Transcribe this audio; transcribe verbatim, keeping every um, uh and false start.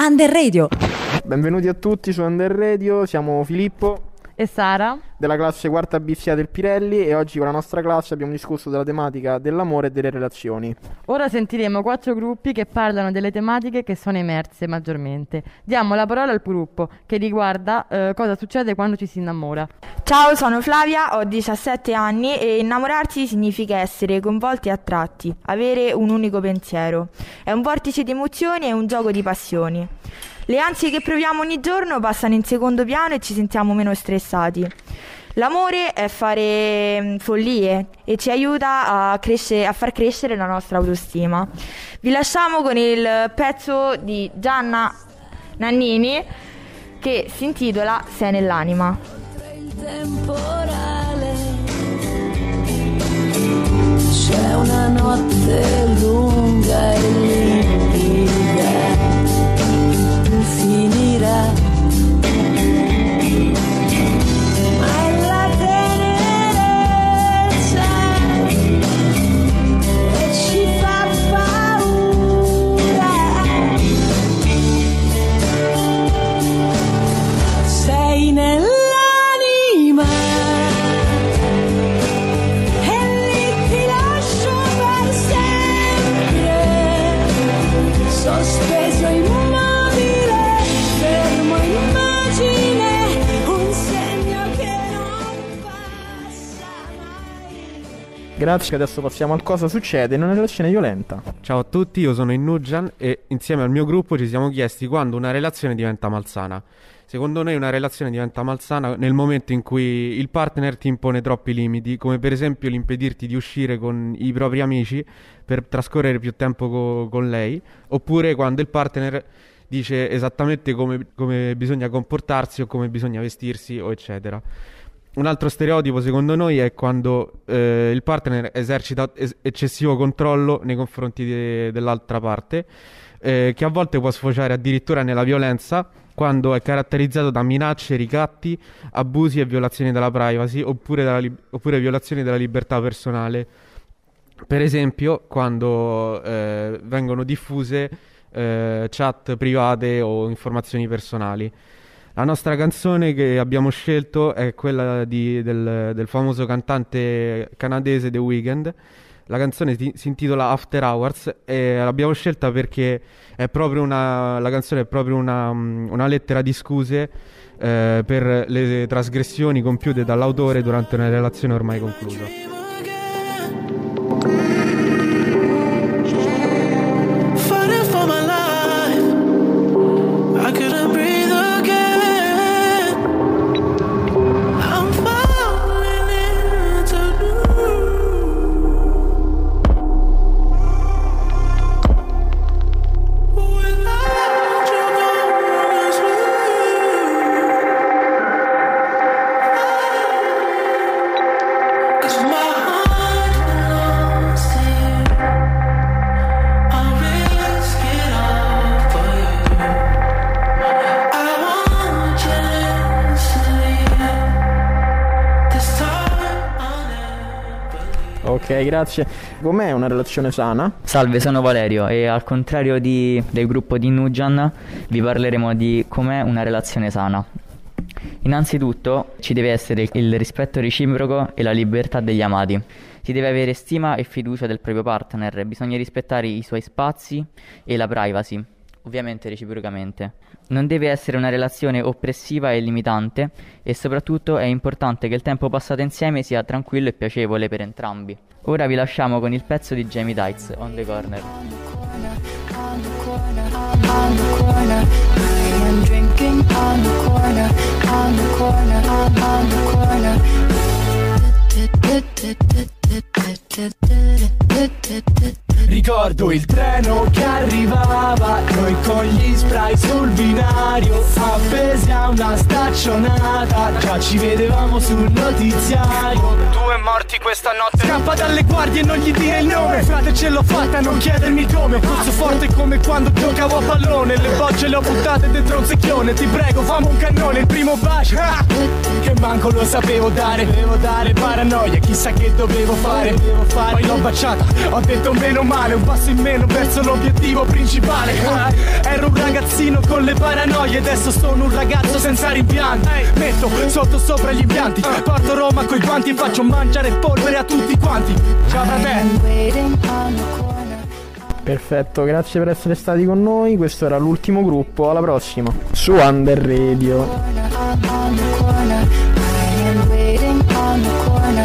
Under Radio. Benvenuti a tutti su Under Radio, siamo Filippo e Sara della classe quarta B S A del Pirelli e oggi con la nostra classe abbiamo discusso della tematica dell'amore e delle relazioni. Ora sentiremo quattro gruppi che parlano delle tematiche che sono emerse maggiormente. Diamo la parola al gruppo che riguarda eh, cosa succede quando ci si innamora. Ciao, sono Flavia, ho diciassette anni e innamorarsi significa essere coinvolti e attratti, avere un unico pensiero. È un vortice di emozioni e un gioco di passioni. Le ansie che proviamo ogni giorno passano in secondo piano e ci sentiamo meno stressati. L'amore è fare follie e ci aiuta a, crescere, a far crescere la nostra autostima. Vi lasciamo con il pezzo di Gianna Nannini che si intitola Sei nell'anima. Il temporale, c'è una notte lunga e limpida, finirà, ma è la tenerezza e ci fa paura. Sei nell'anima e lì ti lascio per sempre, sospeso in Grazie, adesso passiamo al cosa succede in una relazione violenta. Ciao a tutti, io sono Innujan e insieme al mio gruppo ci siamo chiesti quando una relazione diventa malsana. Secondo noi una relazione diventa malsana nel momento in cui il partner ti impone troppi limiti, come per esempio l'impedirti di uscire con i propri amici per trascorrere più tempo co- con lei, oppure quando il partner dice esattamente come, come bisogna comportarsi o come bisogna vestirsi o eccetera. Un altro stereotipo secondo noi è quando eh, il partner esercita es- eccessivo controllo nei confronti de- dell'altra parte, eh, che a volte può sfociare addirittura nella violenza quando è caratterizzato da minacce, ricatti, abusi e violazioni della privacy oppure, della li- oppure violazioni della libertà personale. Per esempio quando eh, vengono diffuse eh, chat private o informazioni personali. La nostra canzone che abbiamo scelto è quella di, del, del famoso cantante canadese The Weeknd. La canzone si, si intitola After Hours e l'abbiamo scelta perché è proprio una, la canzone è proprio una, una lettera di scuse eh, per le trasgressioni compiute dall'autore durante una relazione ormai conclusa. Ok, grazie. Com'è una relazione sana? Salve, sono Valerio e al contrario di, del gruppo di Nujan vi parleremo di com'è una relazione sana. Innanzitutto ci deve essere il rispetto reciproco e la libertà degli amati. Si deve avere stima e fiducia del proprio partner, bisogna rispettare i suoi spazi e la privacy, ovviamente reciprocamente. Non deve essere una relazione oppressiva e limitante e soprattutto è importante che il tempo passato insieme sia tranquillo e piacevole per entrambi. Ora vi lasciamo con il pezzo di Jamie Tights, On The Corner. Ricordo il treno che arrivava, noi con gli spray sul binario, appesi a una staccionata, già ci vedevamo sul notiziario. Due morti questa notte, scappa dalle guardie e non gli dire il nome. Frate, ce l'ho fatta, non chiedermi come. Corso forte come quando giocavo a pallone, le bocce le ho buttate dentro un secchione. Ti prego, fammi un cannone, il primo bacio, ah! Che manco lo sapevo dare, dovevo dare paranoia, chissà che dovevo fare, dovevo fare. Poi l'ho baciata, ho detto meno male, un passo in meno verso l'obiettivo principale. Ah, ero un ragazzino con le paranoie, adesso sono un ragazzo senza rimpianti. Metto sotto sopra gli impianti, porto Roma coi guanti e faccio mangiare polvere a tutti quanti. Ciao fratello. Perfetto, grazie per essere stati con noi. Questo era l'ultimo gruppo. Alla prossima su Under Radio.